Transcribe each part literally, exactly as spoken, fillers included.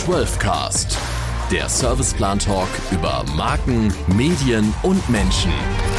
zwölf Cast, der Serviceplan-Talk über Marken, Medien und Menschen.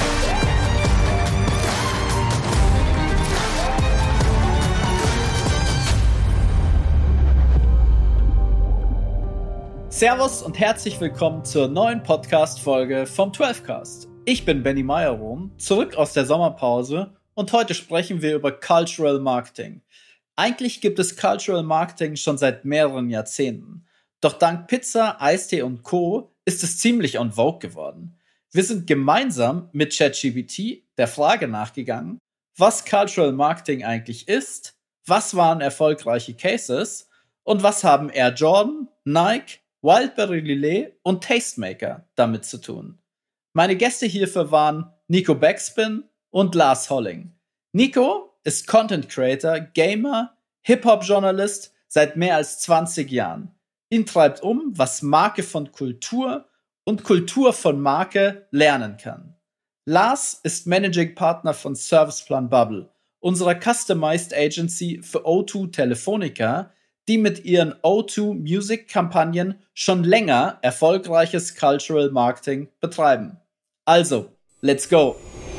Servus und herzlich willkommen zur neuen Podcast-Folge vom zwölf Cast. Ich bin Benny Meyerrohm, zurück aus der Sommerpause und heute sprechen wir über Cultural Marketing. Eigentlich gibt es Cultural Marketing schon seit mehreren Jahrzehnten. Doch dank Pizza, Eistee und Co. ist es ziemlich en vogue geworden. Wir sind gemeinsam mit ChatGPT der Frage nachgegangen, was Cultural Marketing eigentlich ist, was waren erfolgreiche Cases und was haben Air Jordan, Nike, Wildberry Lillet und Tastemaker damit zu tun. Meine Gäste hierfür waren Nico Backspin und Lars Holling. Nico ist Content Creator, Gamer, Hip-Hop-Journalist seit mehr als zwanzig Jahren. Ihn treibt um, was Marke von Kultur und Kultur von Marke lernen kann. Lars ist Managing Partner von Serviceplan Bubble, unserer Customized Agency für O zwei Telefonica, die mit ihren O zwei Music-Kampagnen schon länger erfolgreiches Cultural Marketing betreiben. Also, let's go!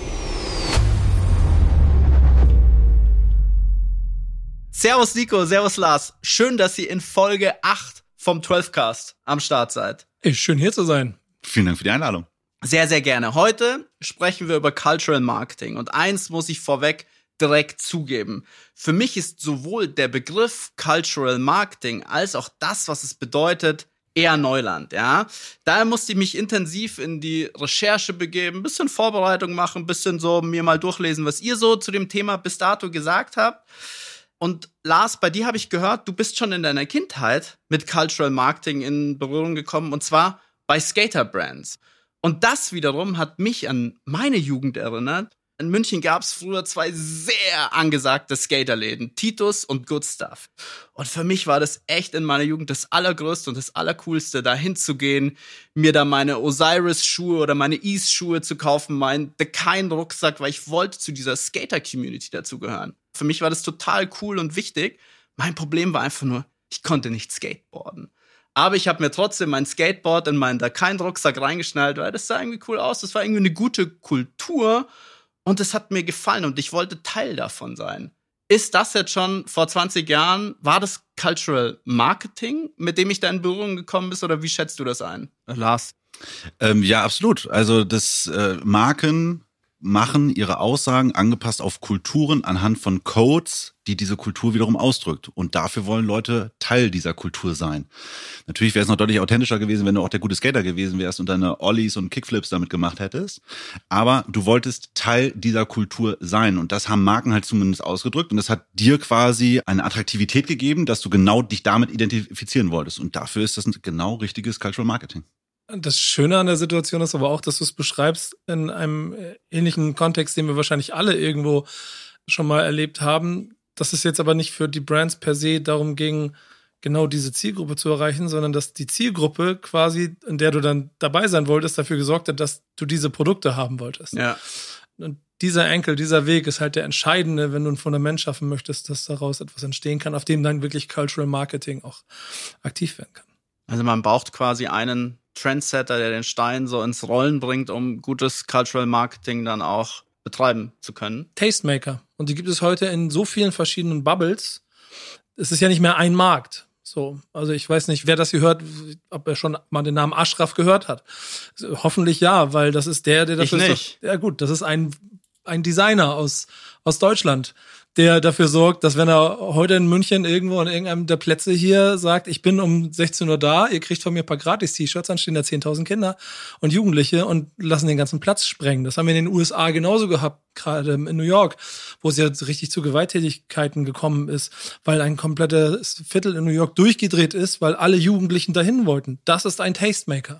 Servus Nico, servus Lars. Schön, dass ihr in Folge acht vom zwölf Cast am Start seid. Ist schön hier zu sein. Vielen Dank für die Einladung. Sehr, sehr gerne. Heute sprechen wir über Cultural Marketing. Und eins muss ich vorweg direkt zugeben. Für mich ist sowohl der Begriff Cultural Marketing als auch das, was es bedeutet, eher Neuland, ja. Daher musste ich mich intensiv in die Recherche begeben, ein bisschen Vorbereitung machen, ein bisschen so mir mal durchlesen, was ihr so zu dem Thema bis dato gesagt habt. Und Lars, bei dir habe ich gehört, du bist schon in deiner Kindheit mit Cultural Marketing in Berührung gekommen, und zwar bei Skater-Brands. Und das wiederum hat mich an meine Jugend erinnert. In München gab es früher zwei sehr angesagte Skaterläden, Titus und Good Stuff. Und für mich war das echt in meiner Jugend das Allergrößte und das Allercoolste, da hinzugehen, mir da meine Osiris-Schuhe oder meine Ease-Schuhe zu kaufen, meinen The Kind-Rucksack, weil ich wollte zu dieser Skater-Community dazugehören. Für mich war das total cool und wichtig. Mein Problem war einfach nur, ich konnte nicht skateboarden. Aber ich habe mir trotzdem mein Skateboard in meinen The Kind-Rucksack reingeschnallt, weil das sah irgendwie cool aus. Das war irgendwie eine gute Kultur. Und es hat mir gefallen und ich wollte Teil davon sein. Ist das jetzt schon vor zwanzig Jahren, war das Cultural Marketing, mit dem ich da in Berührung gekommen bin, oder wie schätzt du das ein, Lars? Ähm, ja, absolut. Also das äh, Marken machen ihre Aussagen angepasst auf Kulturen anhand von Codes, die diese Kultur wiederum ausdrückt. Und dafür wollen Leute Teil dieser Kultur sein. Natürlich wäre es noch deutlich authentischer gewesen, wenn du auch der gute Skater gewesen wärst und deine Ollies und Kickflips damit gemacht hättest. Aber du wolltest Teil dieser Kultur sein. Und das haben Marken halt zumindest ausgedrückt. Und das hat dir quasi eine Attraktivität gegeben, dass du genau dich damit identifizieren wolltest. Und dafür ist das ein genau richtiges Cultural Marketing. Das Schöne an der Situation ist aber auch, dass du es beschreibst in einem ähnlichen Kontext, den wir wahrscheinlich alle irgendwo schon mal erlebt haben, dass es jetzt aber nicht für die Brands per se darum ging, genau diese Zielgruppe zu erreichen, sondern dass die Zielgruppe quasi, in der du dann dabei sein wolltest, dafür gesorgt hat, dass du diese Produkte haben wolltest. Ja. Und dieser Enkel, dieser Weg ist halt der entscheidende, wenn du ein Fundament schaffen möchtest, dass daraus etwas entstehen kann, auf dem dann wirklich Cultural Marketing auch aktiv werden kann. Also man braucht quasi einen Trendsetter, der den Stein so ins Rollen bringt, um gutes Cultural Marketing dann auch betreiben zu können. Tastemaker. Und die gibt es heute in so vielen verschiedenen Bubbles. Es ist ja nicht mehr ein Markt. So, also ich weiß nicht, wer das hier hört, ob er schon mal den Namen Ashraf gehört hat. Hoffentlich ja, weil das ist der, der dafür ich nicht. So, ja gut, das ist ein ein Designer aus aus Deutschland, der dafür sorgt, dass wenn er heute in München irgendwo an irgendeinem der Plätze hier sagt, ich bin um sechzehn Uhr da, ihr kriegt von mir ein paar Gratis-T-Shirts, dann stehen da zehntausend Kinder und Jugendliche und lassen den ganzen Platz sprengen. Das haben wir in den U S A genauso gehabt, gerade in New York, wo es ja richtig zu Gewalttätigkeiten gekommen ist, weil ein komplettes Viertel in New York durchgedreht ist, weil alle Jugendlichen dahin wollten. Das ist ein Tastemaker.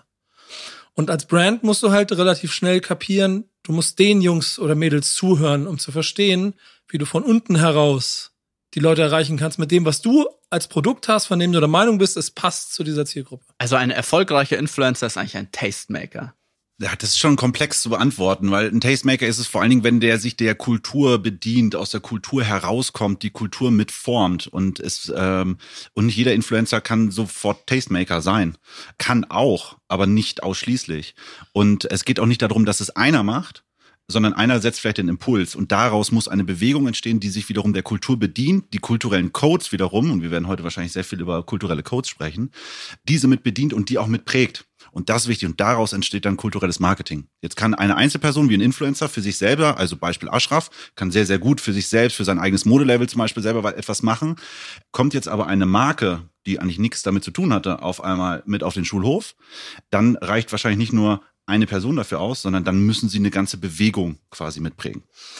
Und als Brand musst du halt relativ schnell kapieren, du musst den Jungs oder Mädels zuhören, um zu verstehen, wie du von unten heraus die Leute erreichen kannst mit dem, was du als Produkt hast, von dem du der Meinung bist, es passt zu dieser Zielgruppe. Also ein erfolgreicher Influencer ist eigentlich ein Tastemaker. Ja, das ist schon komplex zu beantworten, weil ein Tastemaker ist es vor allen Dingen, wenn der sich der Kultur bedient, aus der Kultur herauskommt, die Kultur mitformt und es ähm, und nicht jeder Influencer kann sofort Tastemaker sein. Kann auch, aber nicht ausschließlich. Und es geht auch nicht darum, dass es einer macht, sondern einer setzt vielleicht den Impuls und daraus muss eine Bewegung entstehen, die sich wiederum der Kultur bedient, die kulturellen Codes wiederum, und wir werden heute wahrscheinlich sehr viel über kulturelle Codes sprechen, diese mit bedient und die auch mit prägt. Und das ist wichtig und daraus entsteht dann kulturelles Marketing. Jetzt kann eine Einzelperson wie ein Influencer für sich selber, also Beispiel Ashraf, kann sehr, sehr gut für sich selbst, für sein eigenes Modelabel zum Beispiel selber etwas machen. Kommt jetzt aber eine Marke, die eigentlich nichts damit zu tun hatte, auf einmal mit auf den Schulhof, dann reicht wahrscheinlich nicht nur eine Person dafür aus, sondern dann müssen sie eine ganze Bewegung quasi mitprägen.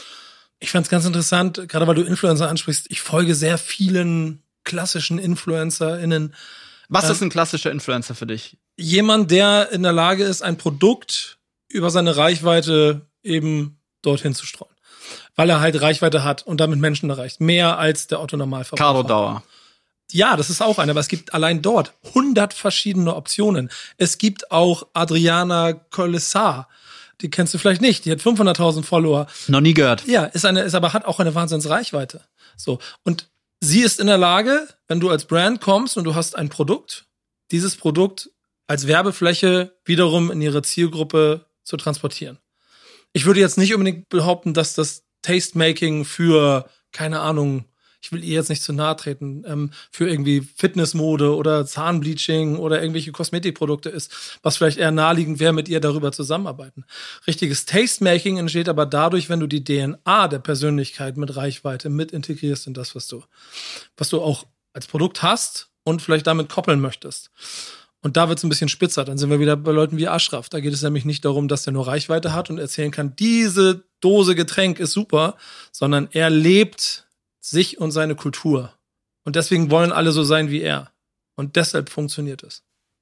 Ich fand es ganz interessant, gerade weil du Influencer ansprichst, ich folge sehr vielen klassischen InfluencerInnen. Was ist ein klassischer Influencer für dich? Jemand, der in der Lage ist, ein Produkt über seine Reichweite eben dorthin zu streuen. Weil er halt Reichweite hat und damit Menschen erreicht. Mehr als der Otto-Normalverbraucher. Caro Dauer. Ja, das ist auch eine, aber es gibt allein dort hundert verschiedene Optionen. Es gibt auch Adriana Colessar. Die kennst du vielleicht nicht. Die hat fünfhunderttausend Follower. Noch nie gehört. Ja, ist eine, ist aber hat auch eine Wahnsinnsreichweite. So. Und sie ist in der Lage, wenn du als Brand kommst und du hast ein Produkt, dieses Produkt als Werbefläche wiederum in ihre Zielgruppe zu transportieren. Ich würde jetzt nicht unbedingt behaupten, dass das Tastemaking für, keine Ahnung, ich will ihr jetzt nicht zu nahe treten, ähm, für irgendwie Fitnessmode oder Zahnbleaching oder irgendwelche Kosmetikprodukte ist, was vielleicht eher naheliegend wäre, mit ihr darüber zusammenarbeiten. Richtiges Tastemaking entsteht aber dadurch, wenn du die D N A der Persönlichkeit mit Reichweite mit integrierst in das, was du, was du auch als Produkt hast und vielleicht damit koppeln möchtest. Und da wird es ein bisschen spitzer. Dann sind wir wieder bei Leuten wie Ashraf. Da geht es nämlich nicht darum, dass der nur Reichweite hat und erzählen kann, diese Dose Getränk ist super, sondern er lebt sich und seine Kultur. Und deswegen wollen alle so sein wie er. Und deshalb funktioniert es.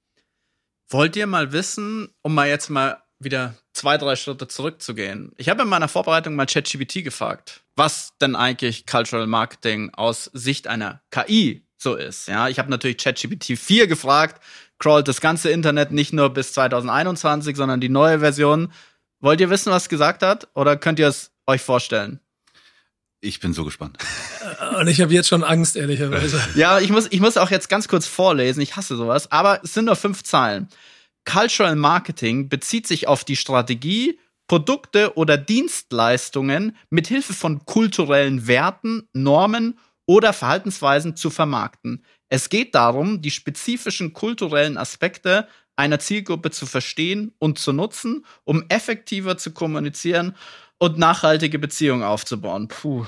Wollt ihr mal wissen, um mal jetzt mal wieder zwei, drei Schritte zurückzugehen? Ich habe in meiner Vorbereitung mal ChatGPT gefragt, was denn eigentlich Cultural Marketing aus Sicht einer K I so ist. Ja, ich habe natürlich ChatGPT vier gefragt, crawlt das ganze Internet nicht nur bis zwanzig einundzwanzig, sondern die neue Version. Wollt ihr wissen, was es gesagt hat? Oder könnt ihr es euch vorstellen? Ich bin so gespannt. Und ich habe jetzt schon Angst, ehrlicherweise. Ja, ich muss, ich muss auch jetzt ganz kurz vorlesen. Ich hasse sowas. Aber es sind nur fünf Zeilen. Cultural Marketing bezieht sich auf die Strategie, Produkte oder Dienstleistungen mit Hilfe von kulturellen Werten, Normen oder Verhaltensweisen zu vermarkten. Es geht darum, die spezifischen kulturellen Aspekte einer Zielgruppe zu verstehen und zu nutzen, um effektiver zu kommunizieren und nachhaltige Beziehungen aufzubauen. Puh.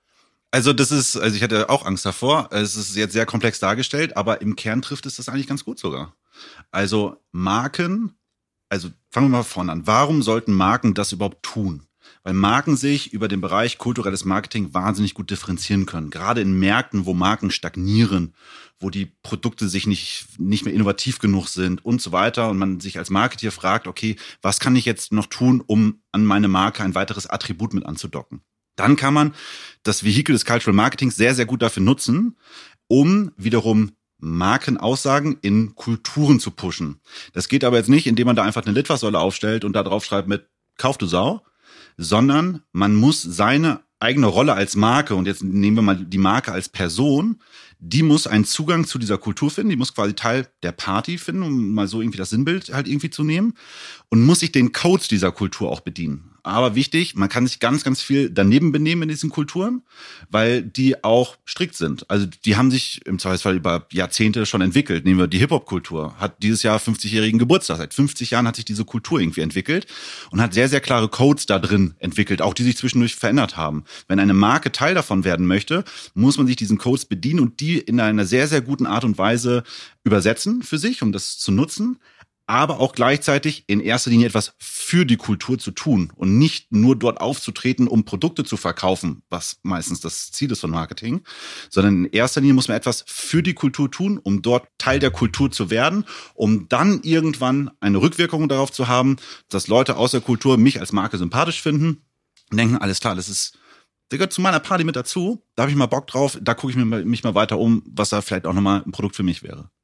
Also das ist, also ich hatte auch Angst davor. Es ist jetzt sehr komplex dargestellt, aber im Kern trifft es das eigentlich ganz gut sogar. Also Marken, also fangen wir mal vorne an. Warum sollten Marken das überhaupt tun? Weil Marken sich über den Bereich kulturelles Marketing wahnsinnig gut differenzieren können. Gerade in Märkten, wo Marken stagnieren, wo die Produkte sich nicht, nicht mehr innovativ genug sind und so weiter. Und man sich als Marketeer fragt, okay, was kann ich jetzt noch tun, um an meine Marke ein weiteres Attribut mit anzudocken? Dann kann man das Vehikel des Cultural Marketings sehr, sehr gut dafür nutzen, um wiederum Markenaussagen in Kulturen zu pushen. Das geht aber jetzt nicht, indem man da einfach eine Litfaßsäule aufstellt und da drauf schreibt mit Kauf du Sau, sondern man muss seine eigene Rolle als Marke, und jetzt nehmen wir mal die Marke als Person, die muss einen Zugang zu dieser Kultur finden, die muss quasi Teil der Party finden, um mal so irgendwie das Sinnbild halt irgendwie zu nehmen, und muss sich den Codes dieser Kultur auch bedienen. Aber wichtig, man kann sich ganz, ganz viel daneben benehmen in diesen Kulturen, weil die auch strikt sind. Also die haben sich im Zweifelsfall über Jahrzehnte schon entwickelt. Nehmen wir die Hip-Hop-Kultur. Hat dieses Jahr fünfzigjährigen Geburtstag. Seit fünfzig Jahren hat sich diese Kultur irgendwie entwickelt und hat sehr, sehr klare Codes da drin entwickelt, auch die sich zwischendurch verändert haben. Wenn eine Marke Teil davon werden möchte, muss man sich diesen Codes bedienen und die in einer sehr, sehr guten Art und Weise übersetzen für sich, um das zu nutzen, aber auch gleichzeitig in erster Linie etwas für die Kultur zu tun und nicht nur dort aufzutreten, um Produkte zu verkaufen, was meistens das Ziel ist von Marketing, sondern in erster Linie muss man etwas für die Kultur tun, um dort Teil der Kultur zu werden, um dann irgendwann eine Rückwirkung darauf zu haben, dass Leute aus der Kultur mich als Marke sympathisch finden und denken, alles klar, das ist, der gehört zu meiner Party mit dazu, da habe ich mal Bock drauf, da gucke ich mir, mich mal weiter um, was da vielleicht auch nochmal ein Produkt für mich wäre.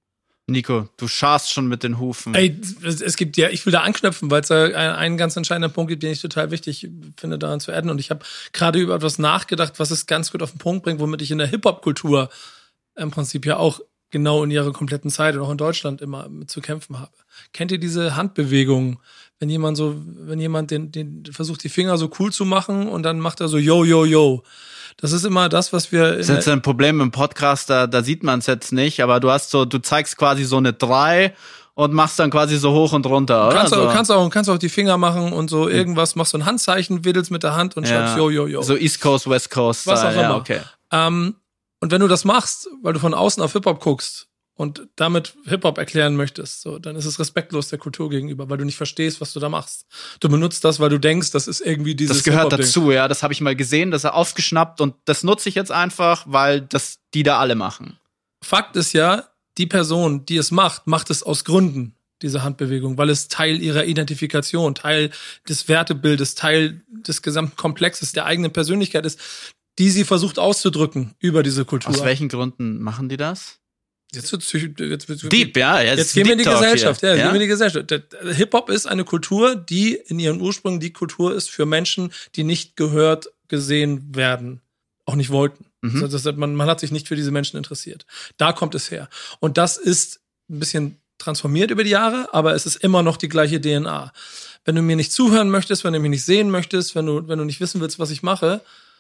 Nico, du scharst schon mit den Hufen. Ey, es, es gibt ja, ich will da anknüpfen, weil es da einen ganz entscheidenden Punkt gibt, den ich total wichtig finde, daran zu adden. Und ich habe gerade über etwas nachgedacht, was es ganz gut auf den Punkt bringt, womit ich in der Hip-Hop-Kultur im Prinzip ja auch genau in ihrer kompletten Zeit und auch in Deutschland immer mit zu kämpfen habe. Kennt ihr diese Handbewegungen, wenn jemand so, wenn jemand den, den versucht, die Finger so cool zu machen und dann macht er so yo, yo, yo. Das ist immer das, was wir. Das ist jetzt ein Problem im Podcast, da, da sieht man es jetzt nicht, aber du hast so, du zeigst quasi so eine drei und machst dann quasi so hoch und runter, oder? Kannst, so. auch, kannst, auch, kannst auch die Finger machen und so irgendwas, machst so ein Handzeichen, weddelst mit der Hand und ja. schreibst yo, yo, yo. So East Coast, West Coast. Was auch immer. Ja, okay. Ähm, und wenn du das machst, weil du von außen auf Hip-Hop guckst und damit Hip-Hop erklären möchtest, so, dann ist es respektlos der Kultur gegenüber, weil du nicht verstehst, was du da machst. Du benutzt das, weil du denkst, das ist irgendwie dieses Das gehört Hip-Hop-Ding. dazu, ja. Das habe ich mal gesehen, das ist aufgeschnappt und das nutze ich jetzt einfach, weil das die da alle machen. Fakt ist ja, die Person, die es macht, macht es aus Gründen, diese Handbewegung, weil es Teil ihrer Identifikation, Teil des Wertebildes, Teil des gesamten Komplexes der eigenen Persönlichkeit ist, die sie versucht auszudrücken über diese Kultur. Aus welchen Gründen machen die das? Jetzt wird's jetzt, jetzt, Deep, ja. Jetzt, jetzt gehen wir in die Gesellschaft. Ja, ja? gehen wir in die Gesellschaft. Hip-Hop ist eine Kultur, die in ihren Ursprüngen die Kultur ist für Menschen, die nicht gehört, gesehen werden, auch nicht wollten. Mhm. Also das, man, man hat sich nicht für diese Menschen interessiert. Da kommt es her. Und das ist ein bisschen transformiert über die Jahre, aber es ist immer noch die gleiche D N A. Wenn du mir nicht zuhören möchtest, wenn du mich nicht sehen möchtest, wenn du, wenn du nicht wissen willst, was ich mache,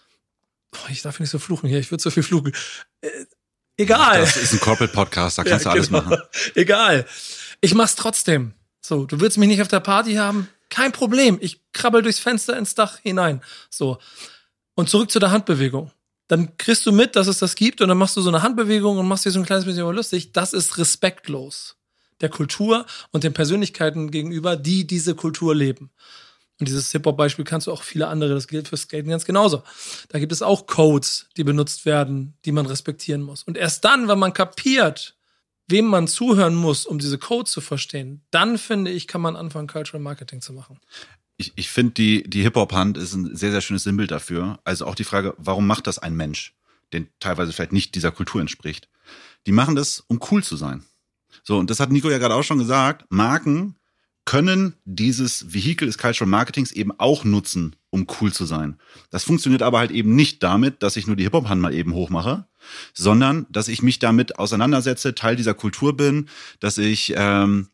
boah, ich darf nicht so fluchen hier, ich würde so viel fluchen. Äh, Egal. Das ist ein Corporate-Podcast, da kannst ja, du alles genau. machen. Egal. Ich mach's trotzdem. So, du willst mich nicht auf der Party haben? Kein Problem. Ich krabbel durchs Fenster ins Dach hinein. So. Und zurück zu der Handbewegung. Dann kriegst du mit, dass es das gibt und dann machst du so eine Handbewegung und machst dir so ein kleines bisschen lustig. Das ist respektlos der Kultur und den Persönlichkeiten gegenüber, die diese Kultur leben. Und dieses Hip-Hop-Beispiel kannst du auch viele andere, das gilt für Skaten ganz genauso. Da gibt es auch Codes, die benutzt werden, die man respektieren muss. Und erst dann, wenn man kapiert, wem man zuhören muss, um diese Codes zu verstehen, dann, finde ich, kann man anfangen, Cultural Marketing zu machen. Ich, ich finde, die, die Hip-Hop-Hand ist ein sehr, sehr schönes Sinnbild dafür. Also auch die Frage, warum macht das ein Mensch, den teilweise vielleicht nicht dieser Kultur entspricht? Die machen das, um cool zu sein. So, und das hat Nico ja gerade auch schon gesagt, Marken können dieses Vehikel des Cultural Marketings eben auch nutzen, um cool zu sein. Das funktioniert aber halt eben nicht damit, dass ich nur die Hip-Hop-Hand mal eben hochmache, sondern dass ich mich damit auseinandersetze, Teil dieser Kultur bin, dass ich ähm,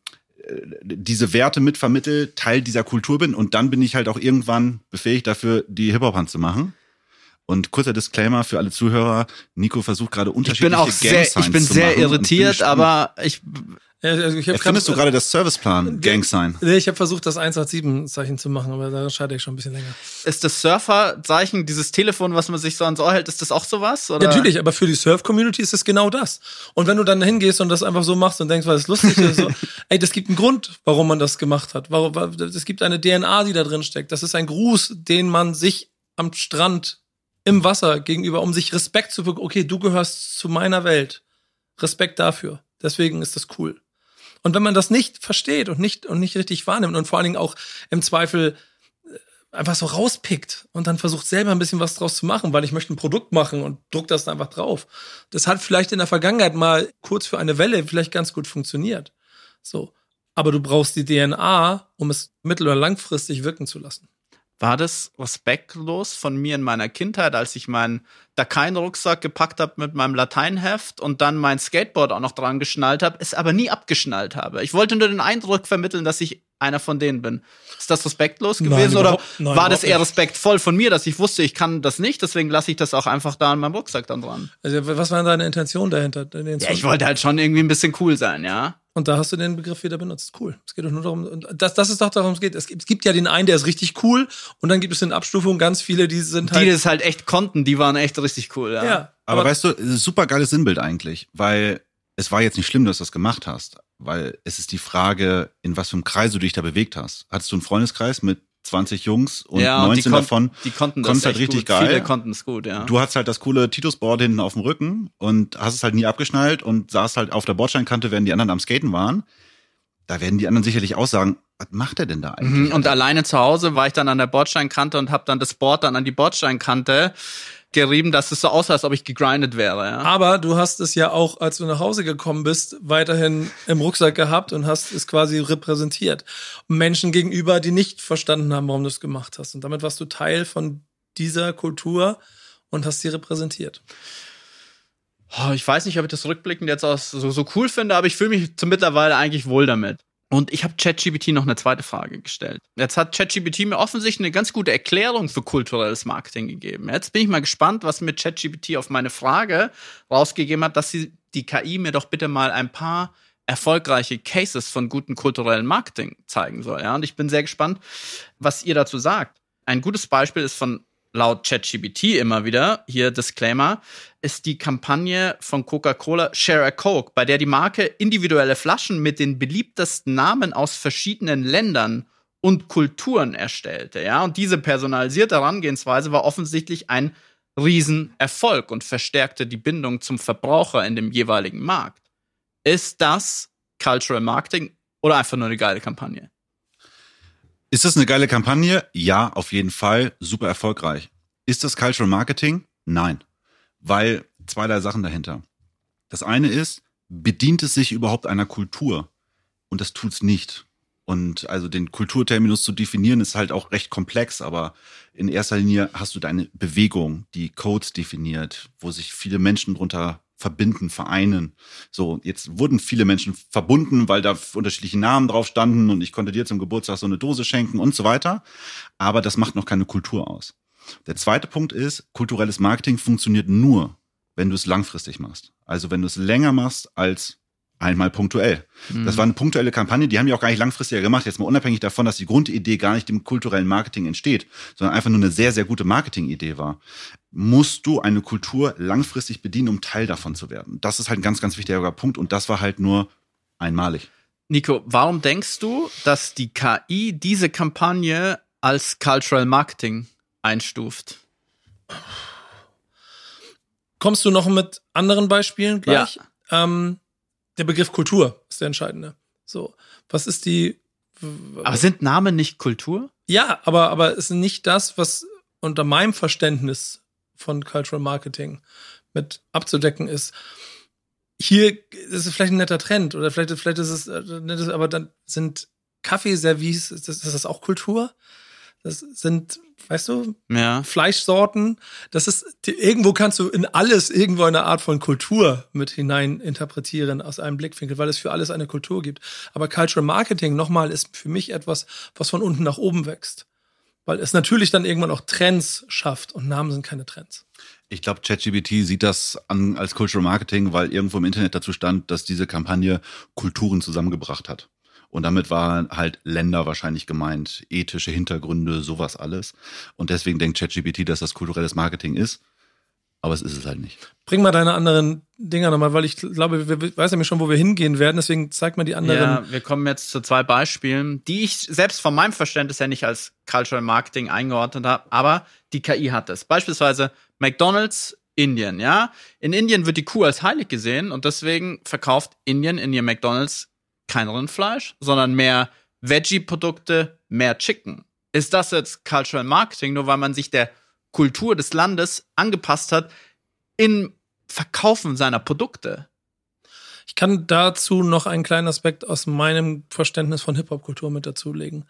diese Werte mitvermittel, Teil dieser Kultur bin und dann bin ich halt auch irgendwann befähigt dafür, die Hip-Hop-Hand zu machen. Und kurzer Disclaimer für alle Zuhörer, Nico versucht gerade unterschiedliche Ich bin auch sehr, ich bin sehr irritiert, aber ich... Also ich hab Findest du gerade das Serviceplan Gang-Sign? Nee, ich habe versucht, das eins acht sieben Zeichen zu machen, aber da scheide ich schon ein bisschen länger. Ist das Surfer-Zeichen, dieses Telefon, was man sich so ans Ohr hält, ist das auch sowas? Oder? Ja, natürlich, aber für die Surf-Community ist es genau das. Und wenn du dann hingehst und das einfach so machst und denkst, weil es lustig ist, so, ey, das gibt einen Grund, warum man das gemacht hat. Warum, es gibt eine D N A, die da drin steckt. Das ist ein Gruß, den man sich am Strand im Wasser gegenüber, um sich Respekt zu bekommen. Okay, du gehörst zu meiner Welt. Respekt dafür. Deswegen ist das cool. Und wenn man das nicht versteht und nicht und nicht richtig wahrnimmt und vor allen Dingen auch im Zweifel einfach so rauspickt und dann versucht selber ein bisschen was draus zu machen, weil ich möchte ein Produkt machen und druck das dann einfach drauf. Das hat vielleicht in der Vergangenheit mal kurz für eine Welle vielleicht ganz gut funktioniert. So, aber du brauchst die D N A, um es mittel- oder langfristig wirken zu lassen. War das respektlos von mir in meiner Kindheit, als ich meinen Dakein-Rucksack gepackt habe mit meinem Lateinheft und dann mein Skateboard auch noch dran geschnallt habe, es aber nie abgeschnallt habe? Ich wollte nur den Eindruck vermitteln, dass ich einer von denen bin. Ist das respektlos gewesen nein, oder nein, war das eher nicht. respektvoll von mir, dass ich wusste, ich kann das nicht, deswegen lasse ich das auch einfach da an meinem Rucksack dann dran? Also was war denn deine Intention dahinter? Ja, ich wollte halt schon irgendwie ein bisschen cool sein, ja. Und da hast du den Begriff wieder benutzt. Cool. Es geht doch nur darum, und das, das ist doch darum, es geht. Es gibt, es gibt ja den einen, der ist richtig cool, und dann gibt es in Abstufungen ganz viele, die sind halt. Die das halt echt konnten, die waren echt richtig cool, ja. Ja. Aber, aber weißt du, super geiles Sinnbild eigentlich, weil es war jetzt nicht schlimm, dass du das gemacht hast, weil es ist die Frage, in was für einem Kreis du dich da bewegt hast. Hattest du einen Freundeskreis mit zwanzig Jungs und ja, neunzehn und die davon die konnten das konnten halt echt richtig gut. geil. Viele konnten es gut, ja. Du hattest halt das coole Titusboard hinten auf dem Rücken und hast es halt nie abgeschnallt und saßt halt auf der Bordsteinkante, während die anderen am Skaten waren. Da werden die anderen sicherlich auch sagen, was macht er denn da eigentlich? Und alleine zu Hause war ich dann an der Bordsteinkante und habe dann das Board dann an die Bordsteinkante gerieben, dass es so aussah, als ob ich gegrindet wäre. Ja? Aber du hast es ja auch, als du nach Hause gekommen bist, weiterhin im Rucksack gehabt und hast es quasi repräsentiert. Menschen gegenüber, die nicht verstanden haben, warum du es gemacht hast. Und damit warst du Teil von dieser Kultur und hast sie repräsentiert. Oh, ich weiß nicht, ob ich das rückblickend jetzt auch so, so cool finde, aber ich fühle mich zum mittlerweile eigentlich wohl damit. Und ich habe ChatGPT noch eine zweite Frage gestellt. Jetzt hat ChatGPT mir offensichtlich eine ganz gute Erklärung für kulturelles Marketing gegeben. Jetzt bin ich mal gespannt, was mir ChatGPT auf meine Frage rausgegeben hat, dass sie die K I mir doch bitte mal ein paar erfolgreiche Cases von gutem kulturellen Marketing zeigen soll. Ja, und ich bin sehr gespannt, was ihr dazu sagt. Ein gutes Beispiel ist von laut ChatGPT immer wieder, hier Disclaimer, ist die Kampagne von Coca-Cola Share a Coke, bei der die Marke individuelle Flaschen mit den beliebtesten Namen aus verschiedenen Ländern und Kulturen erstellte. Ja? Und diese personalisierte Herangehensweise war offensichtlich ein Riesenerfolg und verstärkte die Bindung zum Verbraucher in dem jeweiligen Markt. Ist das Cultural Marketing oder einfach nur eine geile Kampagne? Ist das eine geile Kampagne? Ja, auf jeden Fall. Super erfolgreich. Ist das Cultural Marketing? Nein. Weil zweierlei Sachen dahinter. Das eine ist, bedient es sich überhaupt einer Kultur? Und das tut's nicht. Und also den Kulturterminus zu definieren ist halt auch recht komplex, aber in erster Linie hast du deine Bewegung, die Codes definiert, wo sich viele Menschen drunter verbinden, vereinen. So, jetzt wurden viele Menschen verbunden, weil da unterschiedliche Namen drauf standen und ich konnte dir zum Geburtstag so eine Dose schenken und so weiter. Aber das macht noch keine Kultur aus. Der zweite Punkt ist, kulturelles Marketing funktioniert nur, wenn du es langfristig machst. Also wenn du es länger machst als einmal punktuell. Mhm. Das war eine punktuelle Kampagne, die haben die auch gar nicht langfristiger gemacht, jetzt mal unabhängig davon, dass die Grundidee gar nicht im kulturellen Marketing entsteht, sondern einfach nur eine sehr, sehr gute Marketingidee war. Musst du eine Kultur langfristig bedienen, um Teil davon zu werden. Das ist halt ein ganz, ganz wichtiger Punkt und das war halt nur einmalig. Nico, warum denkst du, dass die K I diese Kampagne als Cultural Marketing einstuft? Kommst du noch mit anderen Beispielen gleich? Ja. Ähm, der Begriff Kultur ist der entscheidende. So, was ist die... Aber sind Namen nicht Kultur? Ja, aber, aber es ist nicht das, was unter meinem Verständnis von Cultural Marketing mit abzudecken ist. Hier ist es vielleicht ein netter Trend oder vielleicht, vielleicht ist es, aber dann sind Kaffeeservice, ist das, ist das auch Kultur? Das sind, weißt du, ja. Fleischsorten. Das ist, irgendwo kannst du in alles irgendwo eine Art von Kultur mit hinein interpretieren aus einem Blickwinkel, weil es für alles eine Kultur gibt. Aber Cultural Marketing, nochmal, ist für mich etwas, was von unten nach oben wächst. Weil es natürlich dann irgendwann auch Trends schafft und Namen sind keine Trends. Ich glaube, ChatGPT sieht das an als Cultural Marketing, weil irgendwo im Internet dazu stand, dass diese Kampagne Kulturen zusammengebracht hat. Und damit waren halt Länder wahrscheinlich gemeint, ethische Hintergründe, sowas alles. Und deswegen denkt ChatGPT, dass das kulturelles Marketing ist. Aber es ist es halt nicht. Bring mal deine anderen Dinger nochmal, weil ich glaube, wir weiß nämlich schon, wo wir hingehen werden. Deswegen zeig mal die anderen. Ja, wir kommen jetzt zu zwei Beispielen, die ich selbst von meinem Verständnis ja nicht als Cultural Marketing eingeordnet habe, aber die K I hat es. Beispielsweise McDonald's Indien, ja. In Indien wird die Kuh als heilig gesehen und deswegen verkauft Indien in ihr McDonald's kein Rindfleisch, sondern mehr Veggie-Produkte, mehr Chicken. Ist das jetzt Cultural Marketing, nur weil man sich der Kultur des Landes angepasst hat im Verkaufen seiner Produkte? Ich kann dazu noch einen kleinen Aspekt aus meinem Verständnis von Hip-Hop-Kultur mit dazulegen.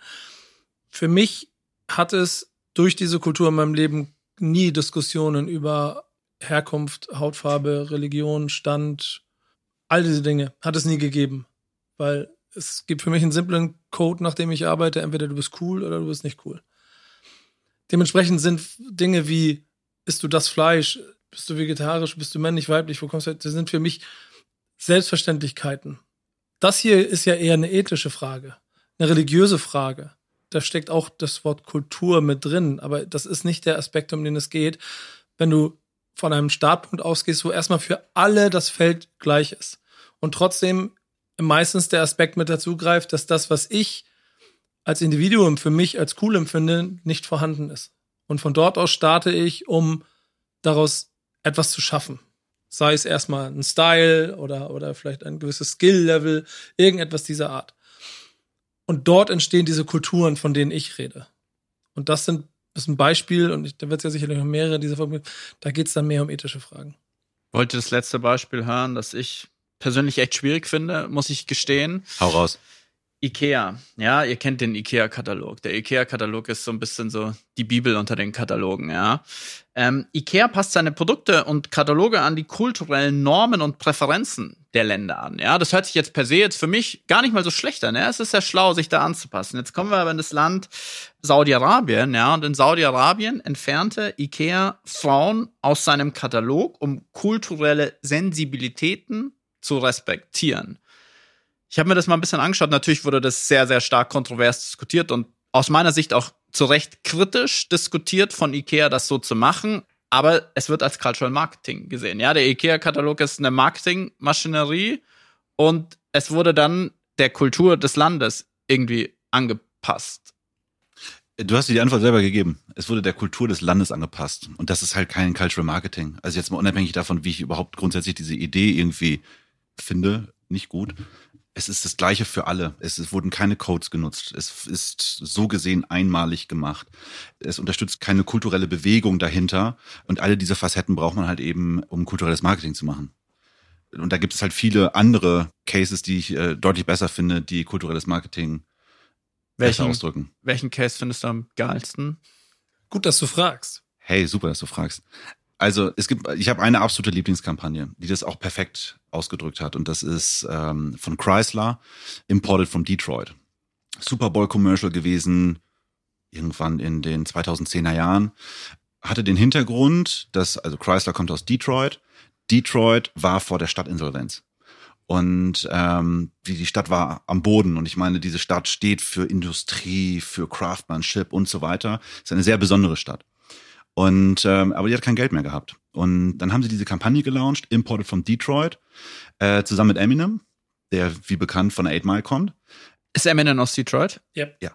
Für mich hat es durch diese Kultur in meinem Leben nie Diskussionen über Herkunft, Hautfarbe, Religion, Stand, all diese Dinge hat es nie gegeben. Weil es gibt für mich einen simplen Code, nach dem ich arbeite. Entweder du bist cool oder du bist nicht cool. Dementsprechend sind Dinge wie, isst du das Fleisch, bist du vegetarisch, bist du männlich, weiblich, wo kommst du? Das sind für mich Selbstverständlichkeiten. Das hier ist ja eher eine ethische Frage, eine religiöse Frage. Da steckt auch das Wort Kultur mit drin, aber das ist nicht der Aspekt, um den es geht, wenn du von einem Startpunkt ausgehst, wo erstmal für alle das Feld gleich ist. Und trotzdem meistens der Aspekt mit dazu greift, dass das, was ich als Individuum für mich als cool empfinde, nicht vorhanden ist. Und von dort aus starte ich, um daraus etwas zu schaffen. Sei es erstmal ein Style oder, oder vielleicht ein gewisses Skill-Level, irgendetwas dieser Art. Und dort entstehen diese Kulturen, von denen ich rede. Und das sind Das ist ein Beispiel und da wird es ja sicherlich noch mehrere dieser Folgen. Da geht es dann mehr um ethische Fragen. Wollte das letzte Beispiel hören, das ich persönlich echt schwierig finde, muss ich gestehen. Hau raus. Ikea. Ja, ihr kennt den Ikea-Katalog. Der Ikea-Katalog ist so ein bisschen so die Bibel unter den Katalogen, ja. Ähm, Ikea passt seine Produkte und Kataloge an die kulturellen Normen und Präferenzen der Länder an, ja. Das hört sich jetzt per se jetzt für mich gar nicht mal so schlecht an, ja. Es ist sehr schlau, sich da anzupassen. Jetzt kommen wir aber in das Land Saudi-Arabien, ja. Und in Saudi-Arabien entfernte Ikea Frauen aus seinem Katalog, um kulturelle Sensibilitäten zu respektieren. Ich habe mir das mal ein bisschen angeschaut. Natürlich wurde das sehr, sehr stark kontrovers diskutiert und aus meiner Sicht auch zu Recht kritisch diskutiert von Ikea, das so zu machen. Aber es wird als Cultural Marketing gesehen. Ja, der Ikea-Katalog ist eine Marketingmaschinerie und es wurde dann der Kultur des Landes irgendwie angepasst. Du hast dir die Antwort selber gegeben. Es wurde der Kultur des Landes angepasst. Und das ist halt kein Cultural Marketing. Also jetzt mal unabhängig davon, wie ich überhaupt grundsätzlich diese Idee irgendwie finde, nicht gut. Es ist das Gleiche für alle. Es wurden keine Codes genutzt. Es ist so gesehen einmalig gemacht. Es unterstützt keine kulturelle Bewegung dahinter. Und alle diese Facetten braucht man halt eben, um kulturelles Marketing zu machen. Und da gibt es halt viele andere Cases, die ich äh, deutlich besser finde, die kulturelles Marketing welchen, besser ausdrücken. Welchen Case findest du am geilsten? Gut, dass du fragst. Hey, super, dass du fragst. Also es gibt, ich habe eine absolute Lieblingskampagne, die das auch perfekt ausgedrückt hat. Und das ist ähm, von Chrysler, Imported from Detroit. Super Bowl Commercial gewesen, irgendwann in den zweitausendzehner Jahren. Hatte den Hintergrund, dass, also Chrysler kommt aus Detroit. Detroit war vor der Stadtinsolvenz. Und ähm, die, die Stadt war am Boden. Und ich meine, diese Stadt steht für Industrie, für Craftsmanship und so weiter. Ist eine sehr besondere Stadt. Und ähm, aber die hat kein Geld mehr gehabt. Und dann haben sie diese Kampagne gelauncht, Imported from Detroit, äh, zusammen mit Eminem, der wie bekannt von Eight Mile kommt. Ist Eminem aus Detroit? Yep. Ja.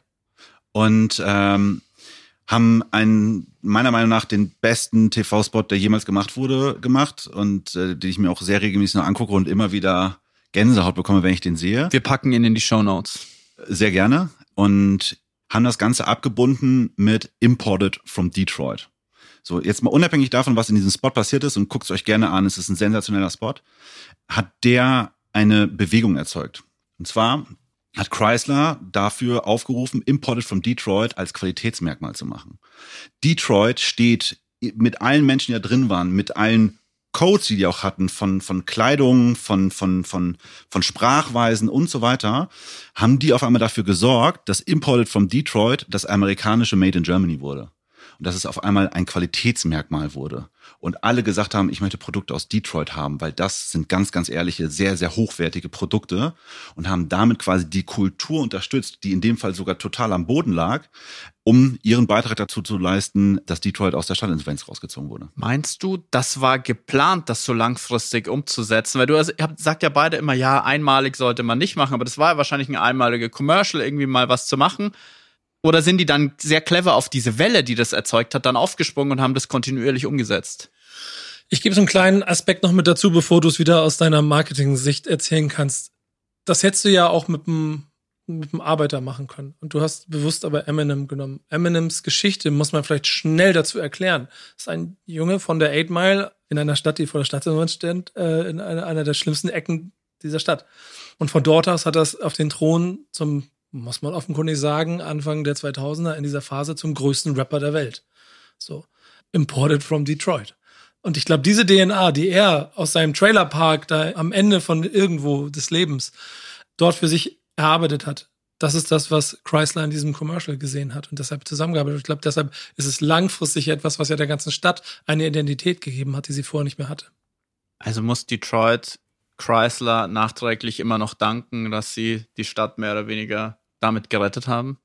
Und ähm, haben einen, meiner Meinung nach, den besten T V-Spot, der jemals gemacht wurde, gemacht. Und äh, den ich mir auch sehr regelmäßig noch angucke und immer wieder Gänsehaut bekomme, wenn ich den sehe. Wir packen ihn in die Shownotes. Sehr gerne. Und haben das Ganze abgebunden mit Imported from Detroit. So, jetzt mal unabhängig davon, was in diesem Spot passiert ist, und guckt es euch gerne an, es ist ein sensationeller Spot, hat der eine Bewegung erzeugt. Und zwar hat Chrysler dafür aufgerufen, Imported from Detroit als Qualitätsmerkmal zu machen. Detroit steht mit allen Menschen, die da drin waren, mit allen Codes, die die auch hatten, von, von Kleidung, von, von, von, von Sprachweisen und so weiter, haben die auf einmal dafür gesorgt, dass Imported from Detroit das amerikanische Made in Germany wurde. Und dass es auf einmal ein Qualitätsmerkmal wurde. Und alle gesagt haben, ich möchte Produkte aus Detroit haben, weil das sind ganz, ganz ehrliche, sehr, sehr hochwertige Produkte und haben damit quasi die Kultur unterstützt, die in dem Fall sogar total am Boden lag, um ihren Beitrag dazu zu leisten, dass Detroit aus der Stadtinsolvenz rausgezogen wurde. Meinst du, das war geplant, das so langfristig umzusetzen? Weil du also, ihr habt, sagt ja beide immer, ja, einmalig sollte man nicht machen, aber das war ja wahrscheinlich ein einmaliger Commercial, irgendwie mal was zu machen. Oder sind die dann sehr clever auf diese Welle, die das erzeugt hat, dann aufgesprungen und haben das kontinuierlich umgesetzt? Ich gebe so einen kleinen Aspekt noch mit dazu, bevor du es wieder aus deiner Marketing-Sicht erzählen kannst. Das hättest du ja auch mit einem mit einem Arbeiter machen können. Und du hast bewusst aber Eminem genommen. Eminems Geschichte muss man vielleicht schnell dazu erklären. Das ist ein Junge von der Eight Mile in einer Stadt, die vor der Stadtinsolvenz steht, äh, in einer, einer der schlimmsten Ecken dieser Stadt. Und von dort aus hat er es auf den Thron zum, muss man offenkundig sagen, Anfang der zweitausender in dieser Phase zum größten Rapper der Welt. So, imported from Detroit. Und ich glaube, diese D N A, die er aus seinem Trailerpark da am Ende von irgendwo des Lebens dort für sich erarbeitet hat, das ist das, was Chrysler in diesem Commercial gesehen hat und deshalb zusammengearbeitet. Ich glaube, deshalb ist es langfristig etwas, was ja der ganzen Stadt eine Identität gegeben hat, die sie vorher nicht mehr hatte. Also muss Detroit Chrysler nachträglich immer noch danken, dass sie die Stadt mehr oder weniger damit gerettet haben?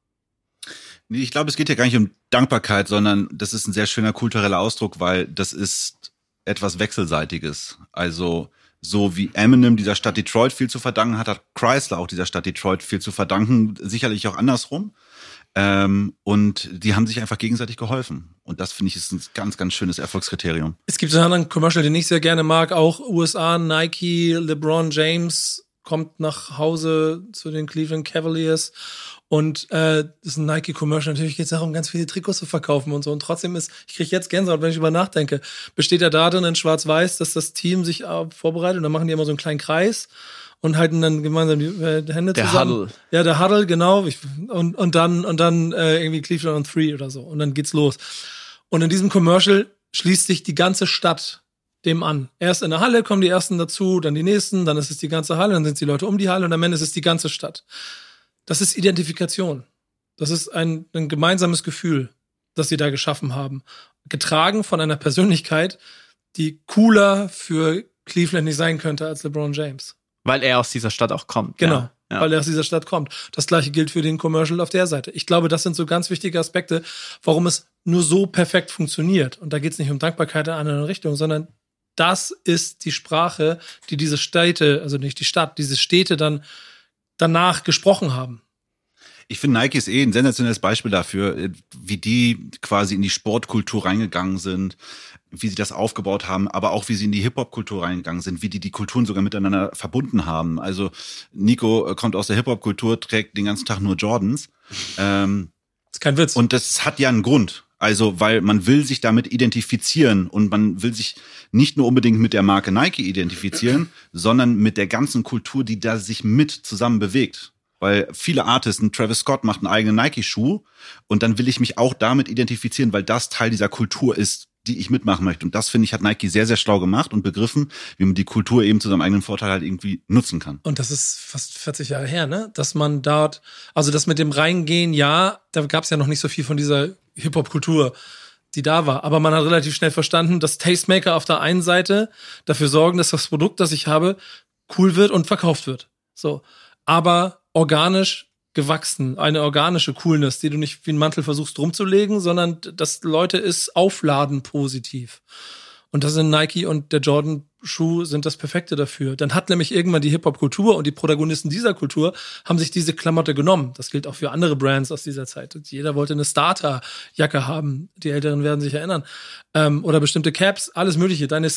Nee, ich glaube, es geht ja gar nicht um Dankbarkeit, sondern das ist ein sehr schöner kultureller Ausdruck, weil das ist etwas Wechselseitiges. Also so wie Eminem dieser Stadt Detroit viel zu verdanken hat, hat Chrysler auch dieser Stadt Detroit viel zu verdanken, sicherlich auch andersrum. Ähm, und die haben sich einfach gegenseitig geholfen. Und das, finde ich, ist ein ganz, ganz schönes Erfolgskriterium. Es gibt einen anderen Commercial, den ich sehr gerne mag, auch U S A, Nike, LeBron James, kommt nach Hause zu den Cleveland Cavaliers und äh, das ist ein Nike-Commercial. Natürlich geht es darum, ganz viele Trikots zu verkaufen und so. Und trotzdem ist, ich kriege jetzt Gänsehaut, wenn ich über nachdenke, besteht ja darin in Schwarz-Weiß, dass das Team sich äh, vorbereitet und dann machen die immer so einen kleinen Kreis und halten dann gemeinsam die äh, Hände Der zusammen. Huddle. Ja, der Huddle, genau. Ich, und, und dann, und dann äh, irgendwie Cleveland on Three oder so. Und dann geht's los. Und in diesem Commercial schließt sich die ganze Stadt dem an. Erst in der Halle kommen die ersten dazu, dann die nächsten, dann ist es die ganze Halle, dann sind es die Leute um die Halle und am Ende ist es die ganze Stadt. Das ist Identifikation. Das ist ein, ein gemeinsames Gefühl, das sie da geschaffen haben. Getragen von einer Persönlichkeit, die cooler für Cleveland nicht sein könnte als LeBron James. Weil er aus dieser Stadt auch kommt. Genau, ja. Ja. weil er aus dieser Stadt kommt. Das gleiche gilt für den Commercial auf der Seite. Ich glaube, das sind so ganz wichtige Aspekte, warum es nur so perfekt funktioniert. Und da geht es nicht um Dankbarkeit in einer Richtung, sondern das ist die Sprache, die diese Städte, also nicht die Stadt, diese Städte dann danach gesprochen haben. Ich finde, Nike ist eh ein sensationelles Beispiel dafür, wie die quasi in die Sportkultur reingegangen sind, wie sie das aufgebaut haben, aber auch wie sie in die Hip-Hop-Kultur reingegangen sind, wie die die Kulturen sogar miteinander verbunden haben. Also Nico kommt aus der Hip-Hop-Kultur, trägt den ganzen Tag nur Jordans. Ähm, Das ist kein Witz. Und das hat ja einen Grund. Also, weil man will sich damit identifizieren und man will sich nicht nur unbedingt mit der Marke Nike identifizieren, sondern mit der ganzen Kultur, die da sich mit zusammen bewegt. Weil viele Artisten, Travis Scott macht einen eigenen Nike-Schuh und dann will ich mich auch damit identifizieren, weil das Teil dieser Kultur ist, die ich mitmachen möchte. Und das, finde ich, hat Nike sehr, sehr schlau gemacht und begriffen, wie man die Kultur eben zu seinem eigenen Vorteil halt irgendwie nutzen kann. Und das ist fast vierzig Jahre her, ne? Dass man dort, also das mit dem Reingehen, ja, da gab es ja noch nicht so viel von dieser Hip-Hop-Kultur, die da war. Aber man hat relativ schnell verstanden, dass Tastemaker auf der einen Seite dafür sorgen, dass das Produkt, das ich habe, cool wird und verkauft wird. So. Aber organisch gewachsen, eine organische Coolness, die du nicht wie einen Mantel versuchst rumzulegen, sondern dass Leute es aufladen positiv. Und das sind Nike und der Jordan-Schuh sind das Perfekte dafür. Dann hat nämlich irgendwann die Hip-Hop-Kultur und die Protagonisten dieser Kultur haben sich diese Klamotte genommen. Das gilt auch für andere Brands aus dieser Zeit. Jeder wollte eine Starter-Jacke haben. Die Älteren werden sich erinnern. Ähm, oder bestimmte Caps, alles Mögliche. Deine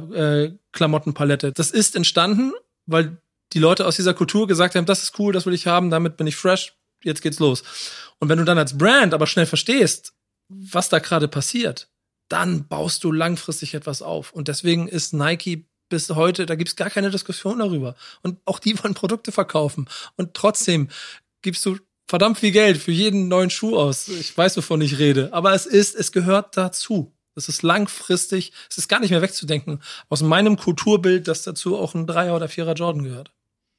Skater-Klamottenpalette. Das ist entstanden, weil die Leute aus dieser Kultur gesagt haben, das ist cool, das will ich haben, damit bin ich fresh, jetzt geht's los. Und wenn du dann als Brand aber schnell verstehst, was da gerade passiert, dann baust du langfristig etwas auf. Und deswegen ist Nike bis heute, da gibt's gar keine Diskussion darüber. Und auch die wollen Produkte verkaufen. Und trotzdem gibst du verdammt viel Geld für jeden neuen Schuh aus. Ich weiß, wovon ich rede. Aber es ist, es gehört dazu. Es ist langfristig, es ist gar nicht mehr wegzudenken. Aus meinem Kulturbild, dass dazu auch ein Dreier oder Vierer Jordan gehört.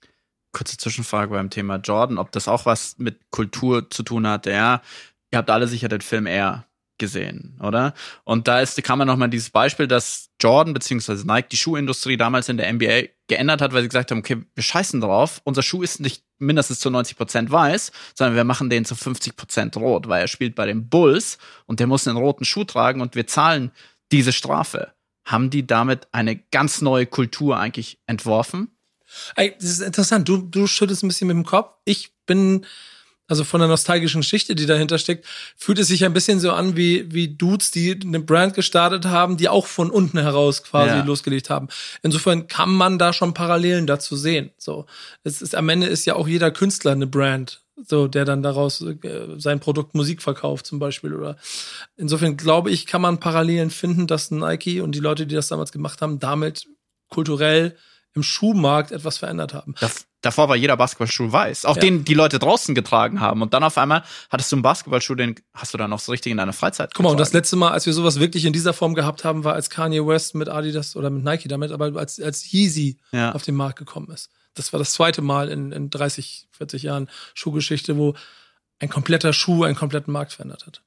Kurze Zwischenfrage beim Thema Jordan, ob das auch was mit Kultur zu tun hat. Ja, ihr habt alle sicher den Film Air gesehen, oder? Und da ist, kann man noch mal dieses Beispiel, dass Jordan bzw. Nike die Schuhindustrie damals in der N B A geändert hat, weil sie gesagt haben, okay, wir scheißen drauf, unser Schuh ist nicht mindestens zu neunzig Prozent weiß, sondern wir machen den zu fünfzig Prozent rot, weil er spielt bei den Bulls und der muss einen roten Schuh tragen und wir zahlen diese Strafe. Haben die damit eine ganz neue Kultur eigentlich entworfen? Ey, das ist interessant. Du, du schüttelst ein bisschen mit dem Kopf. Ich bin, also von der nostalgischen Geschichte, die dahinter steckt, fühlt es sich ein bisschen so an wie, wie Dudes, die eine Brand gestartet haben, die auch von unten heraus quasi ja. losgelegt haben. Insofern kann man da schon Parallelen dazu sehen. So, es ist, am Ende ist ja auch jeder Künstler eine Brand, so, der dann daraus äh, sein Produkt Musik verkauft zum Beispiel, oder. Insofern glaube ich, kann man Parallelen finden, dass Nike und die Leute, die das damals gemacht haben, damit kulturell im Schuhmarkt etwas verändert haben. Das, davor war jeder Basketballschuh weiß. Auch ja. den die Leute draußen getragen haben. Und dann auf einmal hattest du einen Basketballschuh, den hast du dann noch so richtig in deiner Freizeit Guck mal, getragen. und das letzte Mal, als wir sowas wirklich in dieser Form gehabt haben, war, als Kanye West mit Adidas oder mit Nike damit, aber als, als Yeezy ja. auf den Markt gekommen ist. Das war das zweite Mal in, in dreißig, vierzig Jahren Schuhgeschichte, wo ein kompletter Schuh einen kompletten Markt verändert hat.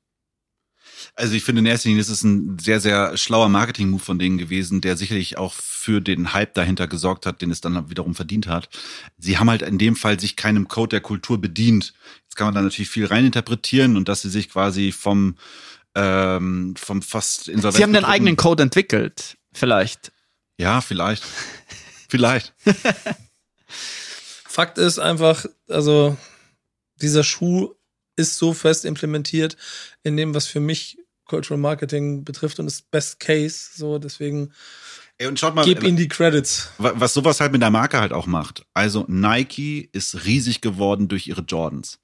Also ich finde in erster Linie ist es ein sehr, sehr schlauer Marketing-Move von denen gewesen, der sicherlich auch für den Hype dahinter gesorgt hat, den es dann wiederum verdient hat. Sie haben halt in dem Fall sich keinem Code der Kultur bedient. Jetzt kann man da natürlich viel reininterpretieren und dass sie sich quasi vom, ähm, vom fast insolvent Sie haben den eigenen Code entwickelt, vielleicht. Ja, vielleicht. vielleicht. Fakt ist einfach, also dieser Schuh ist so fest implementiert in dem, was für mich Cultural Marketing betrifft und ist Best Case, so deswegen. Ey, und schaut mal, Gib ihnen die Credits. Was sowas halt mit der Marke halt auch macht. Also Nike ist riesig geworden durch ihre Jordans.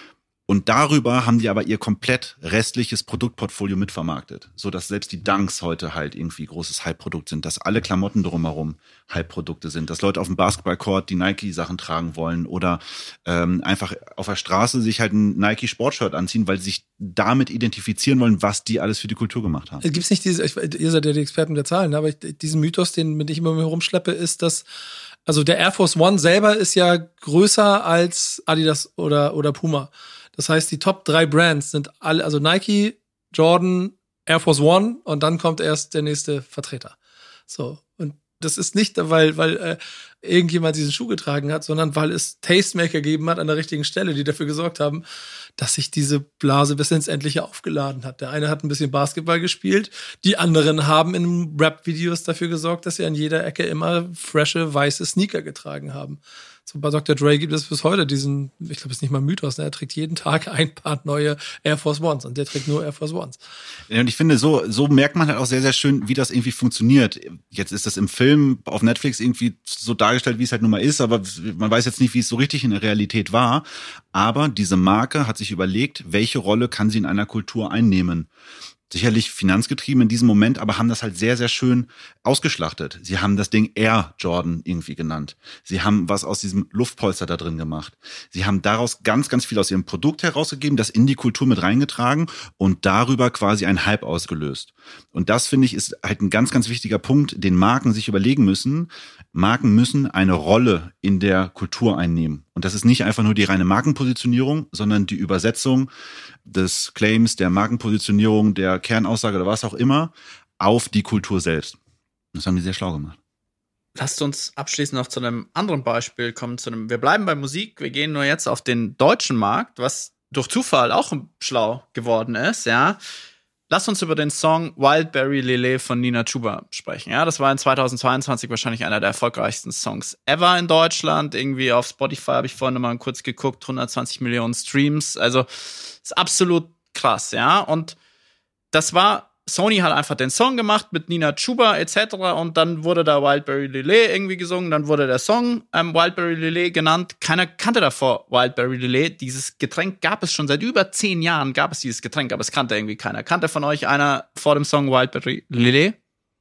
Und darüber haben die aber ihr komplett restliches Produktportfolio mitvermarktet, so dass selbst die Dunks heute halt irgendwie großes Hype-Produkt sind, dass alle Klamotten drumherum Hype-Produkte sind, dass Leute auf dem Basketballcourt die Nike-Sachen tragen wollen oder ähm, einfach auf der Straße sich halt ein Nike-Sportshirt anziehen, weil sie sich damit identifizieren wollen, was die alles für die Kultur gemacht haben. Gibt's nicht diese, ich, ihr seid ja die Experten der Zahlen, aber ich, diesen Mythos, den mit ich immer mit rumschleppe, ist, dass also der Air Force One selber ist ja größer als Adidas oder oder Puma. Das heißt, die Top drei Brands sind alle, also Nike, Jordan, Air Force One und dann kommt erst der nächste Vertreter. So. Und das ist nicht, weil, weil äh, irgendjemand diesen Schuh getragen hat, sondern weil es Tastemaker gegeben hat an der richtigen Stelle, die dafür gesorgt haben, dass sich diese Blase bis ins Endliche aufgeladen hat. Der eine hat ein bisschen Basketball gespielt, die anderen haben in Rap-Videos dafür gesorgt, dass sie an jeder Ecke immer frische, weiße Sneaker getragen haben. So bei Doktor Dre gibt es bis heute diesen, ich glaube, es ist nicht mal ein Mythos, ne? Er trägt jeden Tag ein paar neue Air Force Ones und der trägt nur Air Force Ones. Ja, und ich finde, so, so merkt man halt auch sehr, sehr schön, wie das irgendwie funktioniert. Jetzt ist das im Film auf Netflix irgendwie so dargestellt, wie es halt nun mal ist, aber man weiß jetzt nicht, wie es so richtig in der Realität war. Aber diese Marke hat sich überlegt, welche Rolle kann sie in einer Kultur einnehmen. Sicherlich finanzgetrieben in diesem Moment, aber haben das halt sehr, sehr schön ausgeschlachtet. Sie haben das Ding Air Jordan irgendwie genannt. Sie haben was aus diesem Luftpolster da drin gemacht. Sie haben daraus ganz, ganz viel aus ihrem Produkt herausgegeben, das in die Kultur mit reingetragen und darüber quasi einen Hype ausgelöst. Und das, finde ich, ist halt ein ganz, ganz wichtiger Punkt, den Marken sich überlegen müssen. Marken müssen eine Rolle in der Kultur einnehmen. Und das ist nicht einfach nur die reine Markenpositionierung, sondern die Übersetzung des Claims, der Markenpositionierung, der Kernaussage oder was auch immer auf die Kultur selbst. Das haben die sehr schlau gemacht. Lasst uns abschließend noch zu einem anderen Beispiel kommen. Zu einem, wir bleiben bei Musik, wir gehen nur jetzt auf den deutschen Markt, was durch Zufall auch schlau geworden ist, ja. Lasst uns über den Song Wildberry Lillet von Nina Chuba sprechen. Ja, das war in zweitausendzweiundzwanzig wahrscheinlich einer der erfolgreichsten Songs ever in Deutschland. Irgendwie auf Spotify habe ich vorhin mal kurz geguckt, hundertzwanzig Millionen Streams. Also ist absolut krass, ja. Und das war, Sony hat einfach den Song gemacht mit Nina Chuba et cetera. Und dann wurde da Wildberry Lillet irgendwie gesungen. Dann wurde der Song ähm, Wildberry Lillet genannt. Keiner kannte davor Wildberry Lillet. Dieses Getränk gab es schon seit über zehn Jahren, gab es dieses Getränk, aber es kannte irgendwie keiner. Kannte von euch einer vor dem Song Wildberry Lillet?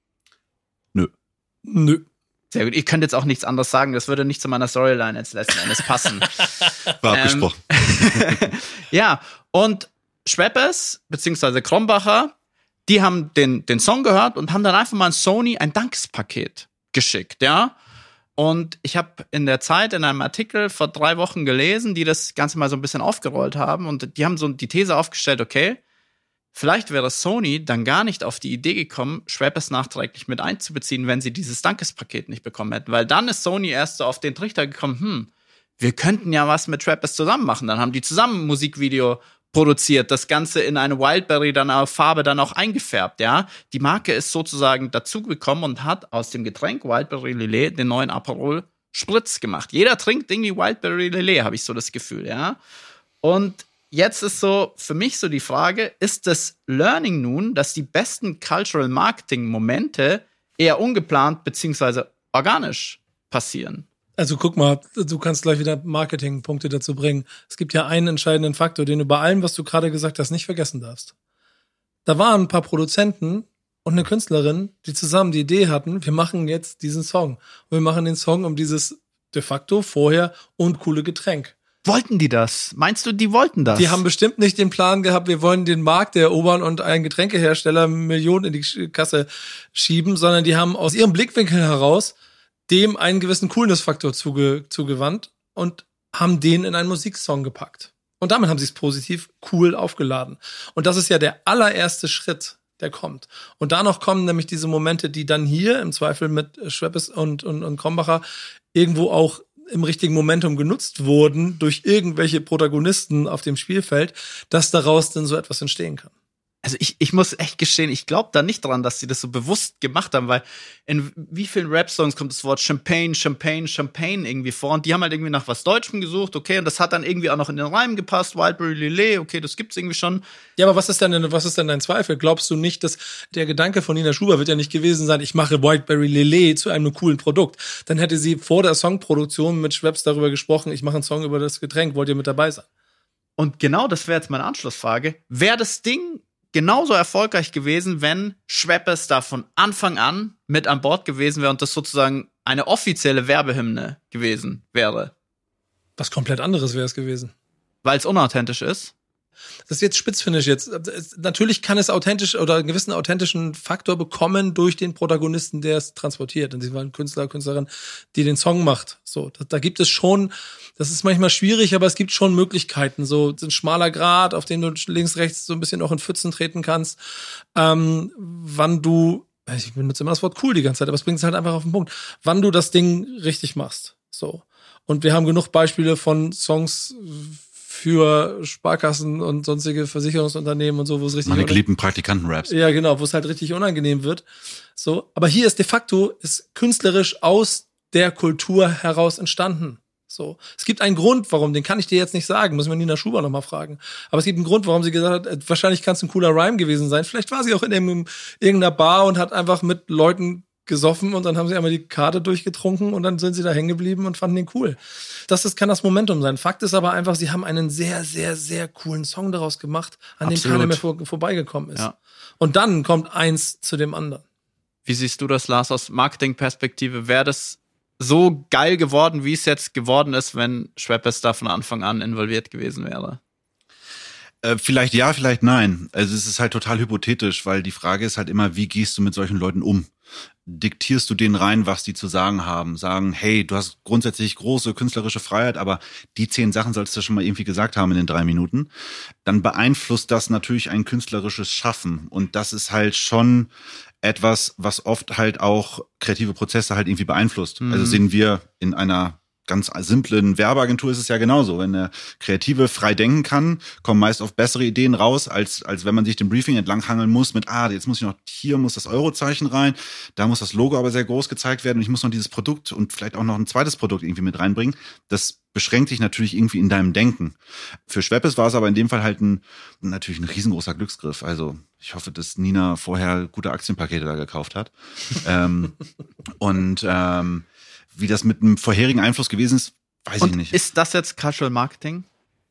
Nö. Nö. Sehr gut. Ich könnte jetzt auch nichts anderes sagen. Das würde nicht zu meiner Storyline jetzt letzten Endes passen. War abgesprochen. Ähm, ja, und Schweppes, beziehungsweise Krombacher, die haben den, den Song gehört und haben dann einfach mal an Sony ein Dankespaket geschickt, ja. Und ich habe in der Zeit in einem Artikel vor drei Wochen gelesen, die das Ganze mal so ein bisschen aufgerollt haben und die haben so die These aufgestellt, okay, vielleicht wäre Sony dann gar nicht auf die Idee gekommen, Schweppes nachträglich mit einzubeziehen, wenn sie dieses Dankespaket nicht bekommen hätten. Weil dann ist Sony erst so auf den Trichter gekommen, hm, wir könnten ja was mit Schweppes zusammen machen. Dann haben die zusammen ein Musikvideo produziert, das Ganze in eine Wildberry dann auf Farbe dann auch eingefärbt, ja. Die Marke ist sozusagen dazugekommen und hat aus dem Getränk Wildberry Lillet den neuen Aperol Spritz gemacht. Jeder trinkt irgendwie Wildberry Lillet, habe ich so das Gefühl, ja. Und jetzt ist so für mich so die Frage, ist das Learning nun, dass die besten Cultural Marketing Momente eher ungeplant beziehungsweise organisch passieren? Also guck mal, du kannst gleich wieder Marketingpunkte dazu bringen. Es gibt ja einen entscheidenden Faktor, den du bei allem, was du gerade gesagt hast, nicht vergessen darfst. Da waren ein paar Produzenten und eine Künstlerin, die zusammen die Idee hatten, wir machen jetzt diesen Song. Und wir machen den Song um dieses de facto vorher uncoole Getränk. Wollten die das? Meinst du, die wollten das? Die haben bestimmt nicht den Plan gehabt, wir wollen den Markt erobern und einen Getränkehersteller Millionen in die Kasse schieben, sondern die haben aus ihrem Blickwinkel heraus dem einen gewissen Coolness-Faktor zuge, zugewandt und haben den in einen Musiksong gepackt. Und damit haben sie es positiv cool aufgeladen. Und das ist ja der allererste Schritt, der kommt. Und da noch kommen nämlich diese Momente, die dann hier im Zweifel mit Schweppes und, und, und Krombacher irgendwo auch im richtigen Momentum genutzt wurden durch irgendwelche Protagonisten auf dem Spielfeld, dass daraus dann so etwas entstehen kann. Also ich, ich muss echt gestehen, ich glaube da nicht dran, dass sie das so bewusst gemacht haben, weil in wie vielen Rap-Songs kommt das Wort Champagne, Champagne, Champagne irgendwie vor und die haben halt irgendwie nach was Deutschem gesucht, okay, und das hat dann irgendwie auch noch in den Reim gepasst, Wildberry Lillet, okay, das gibt's irgendwie schon. Ja, aber was ist denn, was ist denn dein Zweifel? Glaubst du nicht, dass der Gedanke von Nina Schuber wird ja nicht gewesen sein, ich mache Wildberry Lillet zu einem coolen Produkt. Dann hätte sie vor der Songproduktion mit Schweppes darüber gesprochen, ich mache einen Song über das Getränk, wollt ihr mit dabei sein? Und genau das wäre jetzt meine Anschlussfrage. Wäre das Ding genauso erfolgreich gewesen, wenn Schweppes da von Anfang an mit an Bord gewesen wäre und das sozusagen eine offizielle Werbehymne gewesen wäre? Was komplett anderes wäre es gewesen. Weil es unauthentisch ist? Das ist jetzt spitzfindig jetzt. Natürlich kann es authentisch oder einen gewissen authentischen Faktor bekommen durch den Protagonisten, der es transportiert. Und sie war ein Künstler, Künstlerin, die den Song macht. So, da, da gibt es schon, das ist manchmal schwierig, aber es gibt schon Möglichkeiten. So ein schmaler Grat, auf den du links, rechts so ein bisschen auch in Pfützen treten kannst. Ähm, wann du, ich benutze immer das Wort cool die ganze Zeit, aber es bringt es halt einfach auf den Punkt. Wann du das Ding richtig machst. So. Und wir haben genug Beispiele von Songs für Sparkassen und sonstige Versicherungsunternehmen und so, wo es richtig... Meine geliebten Praktikanten-Raps. Ja, genau, wo es halt richtig unangenehm wird. So, aber hier ist de facto, ist künstlerisch aus der Kultur heraus entstanden. So, es gibt einen Grund, warum, den kann ich dir jetzt nicht sagen, müssen wir Nina Schuber noch mal fragen. Aber es gibt einen Grund, warum sie gesagt hat, wahrscheinlich kann es ein cooler Rhyme gewesen sein. Vielleicht war sie auch in einem, irgendeiner Bar und hat einfach mit Leuten gesoffen und dann haben sie einmal die Karte durchgetrunken und dann sind sie da hängen geblieben und fanden den cool. Das ist, kann das Momentum sein. Fakt ist aber einfach, sie haben einen sehr, sehr, sehr coolen Song daraus gemacht, an Absolut. dem keiner mehr vor, vorbeigekommen ist. Ja. Und dann kommt eins zu dem anderen. Wie siehst du das, Lars, aus Marketingperspektive? Wäre das so geil geworden, wie es jetzt geworden ist, wenn Schweppes da von Anfang an involviert gewesen wäre? Äh, vielleicht ja, vielleicht nein. Also es ist halt total hypothetisch, weil die Frage ist halt immer, wie gehst du mit solchen Leuten um? Diktierst du denen rein, was die zu sagen haben? Sagen, hey, du hast grundsätzlich große künstlerische Freiheit, aber die zehn Sachen solltest du schon mal irgendwie gesagt haben in den drei Minuten. Dann beeinflusst das natürlich ein künstlerisches Schaffen. Und das ist halt schon etwas, was oft halt auch kreative Prozesse halt irgendwie beeinflusst. Mhm. Also sehen wir in einer ganz simplen Werbeagentur ist es ja genauso. Wenn der Kreative frei denken kann, kommen meist oft bessere Ideen raus, als als wenn man sich dem Briefing entlanghangeln muss mit, ah, jetzt muss ich noch, hier muss das Eurozeichen rein, da muss das Logo aber sehr groß gezeigt werden und ich muss noch dieses Produkt und vielleicht auch noch ein zweites Produkt irgendwie mit reinbringen. Das beschränkt dich natürlich irgendwie in deinem Denken. Für Schweppes war es aber in dem Fall halt ein, natürlich ein riesengroßer Glücksgriff. Also ich hoffe, dass Nina vorher gute Aktienpakete da gekauft hat. ähm, und ähm, wie das mit einem vorherigen Einfluss gewesen ist, weiß und ich nicht. Ist das jetzt Cultural Marketing?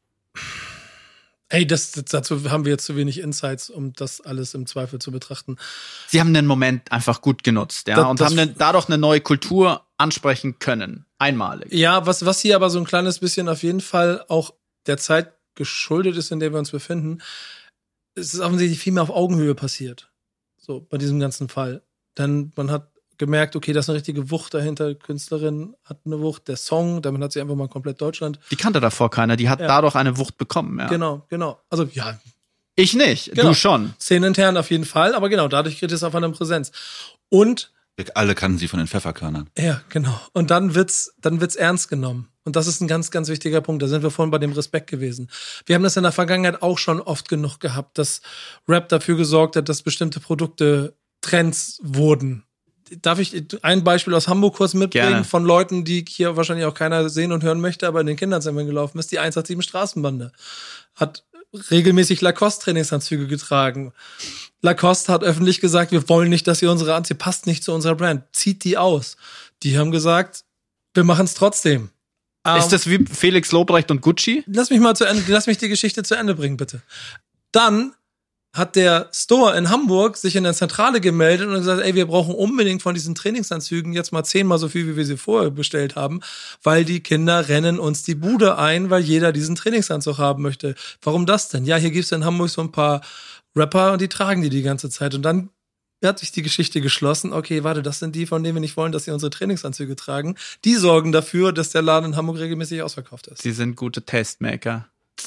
Ey, das, dazu haben wir jetzt zu wenig Insights, um das alles im Zweifel zu betrachten. Sie haben den Moment einfach gut genutzt, ja, das, und das haben dann dadurch eine neue Kultur ansprechen können. Einmalig. Ja, was, was hier aber so ein kleines bisschen auf jeden Fall auch der Zeit geschuldet ist, in der wir uns befinden, es ist offensichtlich viel mehr auf Augenhöhe passiert. So, bei diesem ganzen Fall. Denn man hat gemerkt, okay, da ist eine richtige Wucht dahinter. Die Künstlerin hat eine Wucht, der Song, damit hat sie einfach mal komplett Deutschland. Die kannte davor keiner, die hat ja. dadurch eine Wucht bekommen, ja. Genau, genau. Also, ja. Ich nicht, genau. Du schon. Szenenintern auf jeden Fall, aber genau, dadurch kriegt es auf eine Präsenz. Und wir alle kannten sie von den Pfefferkörnern. Ja, genau. Und dann wird's, dann wird's ernst genommen. Und das ist ein ganz, ganz wichtiger Punkt. Da sind wir vorhin bei dem Respekt gewesen. Wir haben das in der Vergangenheit auch schon oft genug gehabt, dass Rap dafür gesorgt hat, dass bestimmte Produkte Trends wurden. Darf ich ein Beispiel aus Hamburg kurz mitbringen? Gerne. Von Leuten, die hier wahrscheinlich auch keiner sehen und hören möchte, aber in den Kinderzimmer gelaufen ist? Die eins acht sieben Straßenbande hat regelmäßig Lacoste-Trainingsanzüge getragen. Lacoste hat öffentlich gesagt, wir wollen nicht, dass ihr unsere anzieht, passt nicht zu unserer Brand, zieht die aus. Die haben gesagt, wir machen es trotzdem. Ist um, das wie Felix Lobrecht und Gucci? Lass mich mal zu Ende, lass mich die Geschichte zu Ende bringen, bitte. Dann hat der Store in Hamburg sich in der Zentrale gemeldet und gesagt, ey, wir brauchen unbedingt von diesen Trainingsanzügen jetzt mal zehnmal so viel, wie wir sie vorher bestellt haben, weil die Kinder rennen uns die Bude ein, weil jeder diesen Trainingsanzug haben möchte. Warum das denn? Ja, hier gibt's in Hamburg so ein paar Rapper und die tragen die die ganze Zeit. Und dann hat sich die Geschichte geschlossen. Okay, warte, das sind die, von denen wir nicht wollen, dass sie unsere Trainingsanzüge tragen. Die sorgen dafür, dass der Laden in Hamburg regelmäßig ausverkauft ist. Sie sind gute Tastemaker.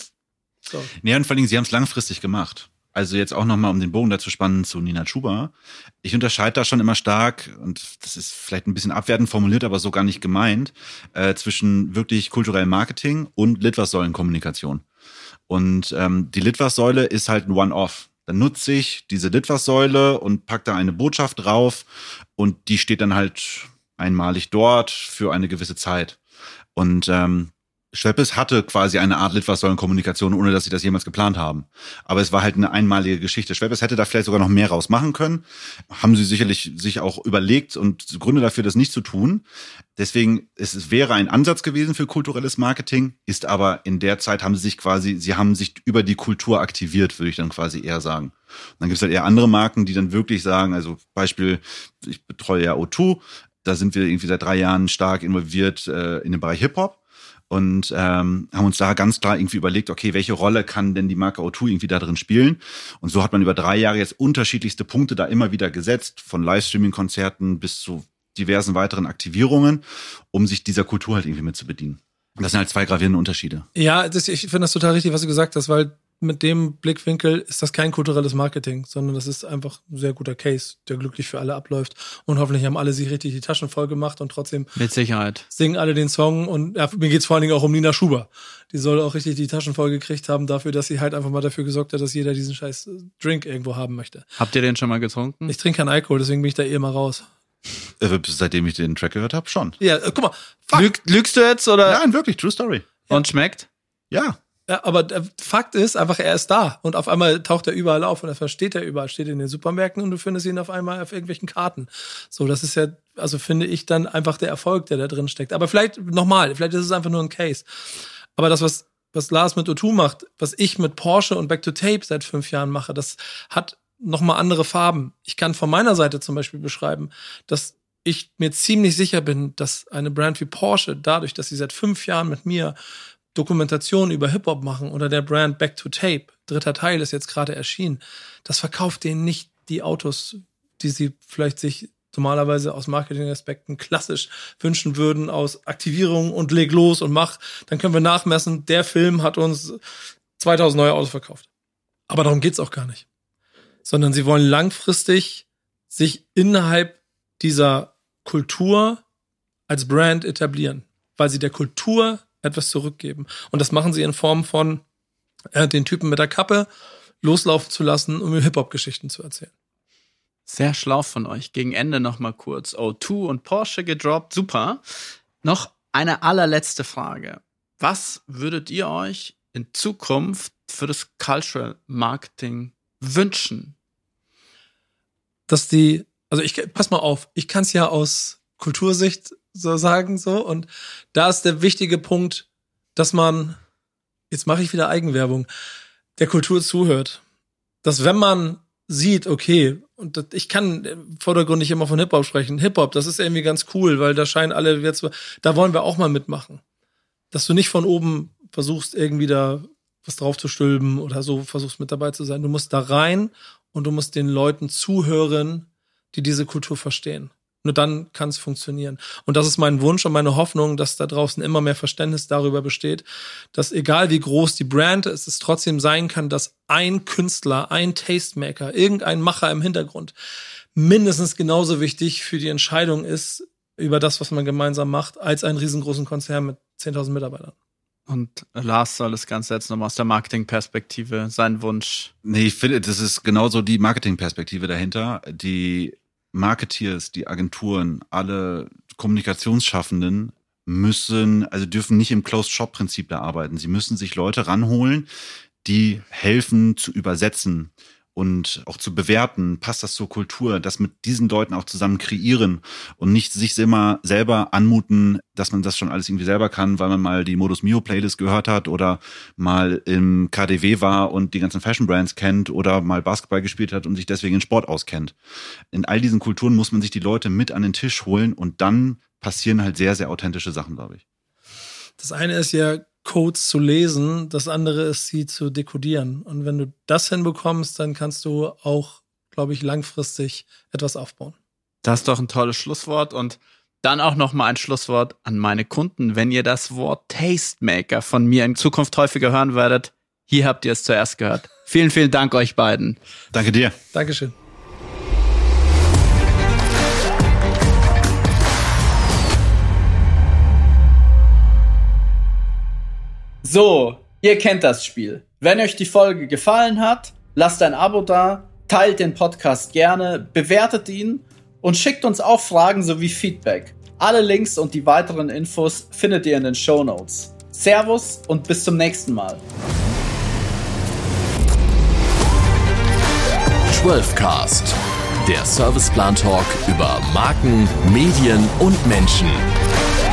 So. Nee, und vor allem, sie haben es langfristig gemacht. Also jetzt auch nochmal, um den Bogen dazu spannen zu Nina Schuber. Ich unterscheide da schon immer stark, und das ist vielleicht ein bisschen abwertend formuliert, aber so gar nicht gemeint, äh, zwischen wirklich kulturellem Marketing und Litfaßsäulenkommunikation. Und ähm, die Litfaßsäule ist halt ein One-Off. Dann nutze ich diese Litfaßsäule und pack da eine Botschaft drauf und die steht dann halt einmalig dort für eine gewisse Zeit. Und ähm, Schweppes hatte quasi eine Art Litfaßsäulenkommunikation, ohne dass sie das jemals geplant haben. Aber es war halt eine einmalige Geschichte. Schweppes hätte da vielleicht sogar noch mehr rausmachen können. Haben sie sicherlich sich auch überlegt und Gründe dafür, das nicht zu tun. Deswegen, es wäre ein Ansatz gewesen für kulturelles Marketing, ist aber in der Zeit haben sie sich quasi, sie haben sich über die Kultur aktiviert, würde ich dann quasi eher sagen. Und dann gibt es halt eher andere Marken, die dann wirklich sagen, also Beispiel, ich betreue ja O zwei, da sind wir irgendwie seit drei Jahren stark involviert äh, in den Bereich Hip-Hop. Und ähm, haben uns da ganz klar irgendwie überlegt, okay, welche Rolle kann denn die Marke O zwei irgendwie da drin spielen? Und so hat man über drei Jahre jetzt unterschiedlichste Punkte da immer wieder gesetzt, von Livestreaming-Konzerten bis zu diversen weiteren Aktivierungen, um sich dieser Kultur halt irgendwie mit zu bedienen. Und das sind halt zwei gravierende Unterschiede. Ja, das, ich finde das total richtig, was du gesagt hast, weil mit dem Blickwinkel ist das kein kulturelles Marketing, sondern das ist einfach ein sehr guter Case, der glücklich für alle abläuft. Und hoffentlich haben alle sich richtig die Taschen voll gemacht und trotzdem mit Sicherheit singen alle den Song. Und ja, mir geht's vor allen Dingen auch um Nina Schuber. Die soll auch richtig die Taschen voll gekriegt haben dafür, dass sie halt einfach mal dafür gesorgt hat, dass jeder diesen scheiß Drink irgendwo haben möchte. Habt ihr den schon mal getrunken? Ich trinke keinen Alkohol, deswegen bin ich da eh mal raus. Äh, seitdem ich den Track gehört habe, schon. Ja, äh, guck mal. Fuck. Lüg, lügst du jetzt oder? Nein, wirklich, true story. Und schmeckt? Ja. Ja, aber der Fakt ist einfach, er ist da und auf einmal taucht er überall auf und er steht er überall, steht in den Supermärkten und du findest ihn auf einmal auf irgendwelchen Karten. So, das ist ja, also finde ich dann einfach der Erfolg, der da drin steckt. Aber vielleicht nochmal, vielleicht ist es einfach nur ein Case. Aber das, was, was Lars mit O zwei macht, was ich mit Porsche und Back to Tape seit fünf Jahren mache, das hat nochmal andere Farben. Ich kann von meiner Seite zum Beispiel beschreiben, dass ich mir ziemlich sicher bin, dass eine Brand wie Porsche, dadurch, dass sie seit fünf Jahren mit mir Dokumentation über Hip-Hop machen oder der Brand Back to Tape, dritter Teil ist jetzt gerade erschienen, das verkauft denen nicht die Autos, die sie vielleicht sich normalerweise aus Marketing-Aspekten klassisch wünschen würden, aus Aktivierung und leg los und mach, dann können wir nachmessen, der Film hat uns zweitausend neue Autos verkauft. Aber darum geht's auch gar nicht. Sondern sie wollen langfristig sich innerhalb dieser Kultur als Brand etablieren, weil sie der Kultur etwas zurückgeben. Und das machen sie in Form von äh, den Typen mit der Kappe loslaufen zu lassen, um mir Hip-Hop-Geschichten zu erzählen. Sehr schlau von euch. Gegen Ende noch mal kurz. O zwei und Porsche gedroppt. Super. Noch eine allerletzte Frage. Was würdet ihr euch in Zukunft für das Cultural Marketing wünschen? Dass die, also ich, pass mal auf, ich kann es ja aus Kultursicht so sagen, so. Und da ist der wichtige Punkt, dass man, jetzt mache ich wieder Eigenwerbung, der Kultur zuhört. Dass wenn man sieht, okay, und das, ich kann vordergründig immer von Hip-Hop sprechen. Hip-Hop, das ist irgendwie ganz cool, weil da scheinen alle jetzt, da wollen wir auch mal mitmachen. Dass du nicht von oben versuchst, irgendwie da was drauf zu stülpen oder so versuchst mit dabei zu sein. Du musst da rein und du musst den Leuten zuhören, die diese Kultur verstehen. Nur dann kann es funktionieren. Und das ist mein Wunsch und meine Hoffnung, dass da draußen immer mehr Verständnis darüber besteht, dass egal wie groß die Brand ist, es trotzdem sein kann, dass ein Künstler, ein Tastemaker, irgendein Macher im Hintergrund mindestens genauso wichtig für die Entscheidung ist über das, was man gemeinsam macht, als einen riesengroßen Konzern mit zehntausend Mitarbeitern. Und Lars soll das Ganze jetzt nochmal aus der Marketingperspektive, sein Wunsch. Nee, ich finde, das ist genauso die Marketingperspektive dahinter. Die Marketeers, die Agenturen, alle Kommunikationsschaffenden müssen, also dürfen nicht im Closed-Shop-Prinzip da arbeiten. Sie müssen sich Leute ranholen, die helfen zu übersetzen und auch zu bewerten, passt das zur Kultur, das mit diesen Leuten auch zusammen kreieren und nicht sich immer selber anmuten, dass man das schon alles irgendwie selber kann, weil man mal die Modus Mio Playlist gehört hat oder mal im K D W war und die ganzen Fashion Brands kennt oder mal Basketball gespielt hat und sich deswegen in Sport auskennt. In all diesen Kulturen muss man sich die Leute mit an den Tisch holen und dann passieren halt sehr, sehr authentische Sachen, glaube ich. Das eine ist ja, Codes zu lesen, das andere ist, sie zu dekodieren. Und wenn du das hinbekommst, dann kannst du auch, glaube ich, langfristig etwas aufbauen. Das ist doch ein tolles Schlusswort. Und dann auch noch mal ein Schlusswort an meine Kunden. Wenn ihr das Wort Tastemaker von mir in Zukunft häufiger hören werdet, hier habt ihr es zuerst gehört. Vielen, vielen Dank euch beiden. Danke dir. Dankeschön. So, ihr kennt das Spiel. Wenn euch die Folge gefallen hat, lasst ein Abo da, teilt den Podcast gerne, bewertet ihn und schickt uns auch Fragen sowie Feedback. Alle Links und die weiteren Infos findet ihr in den Shownotes. Servus und bis zum nächsten Mal. zwölf Cast, der Serviceplan Talk über Marken, Medien und Menschen.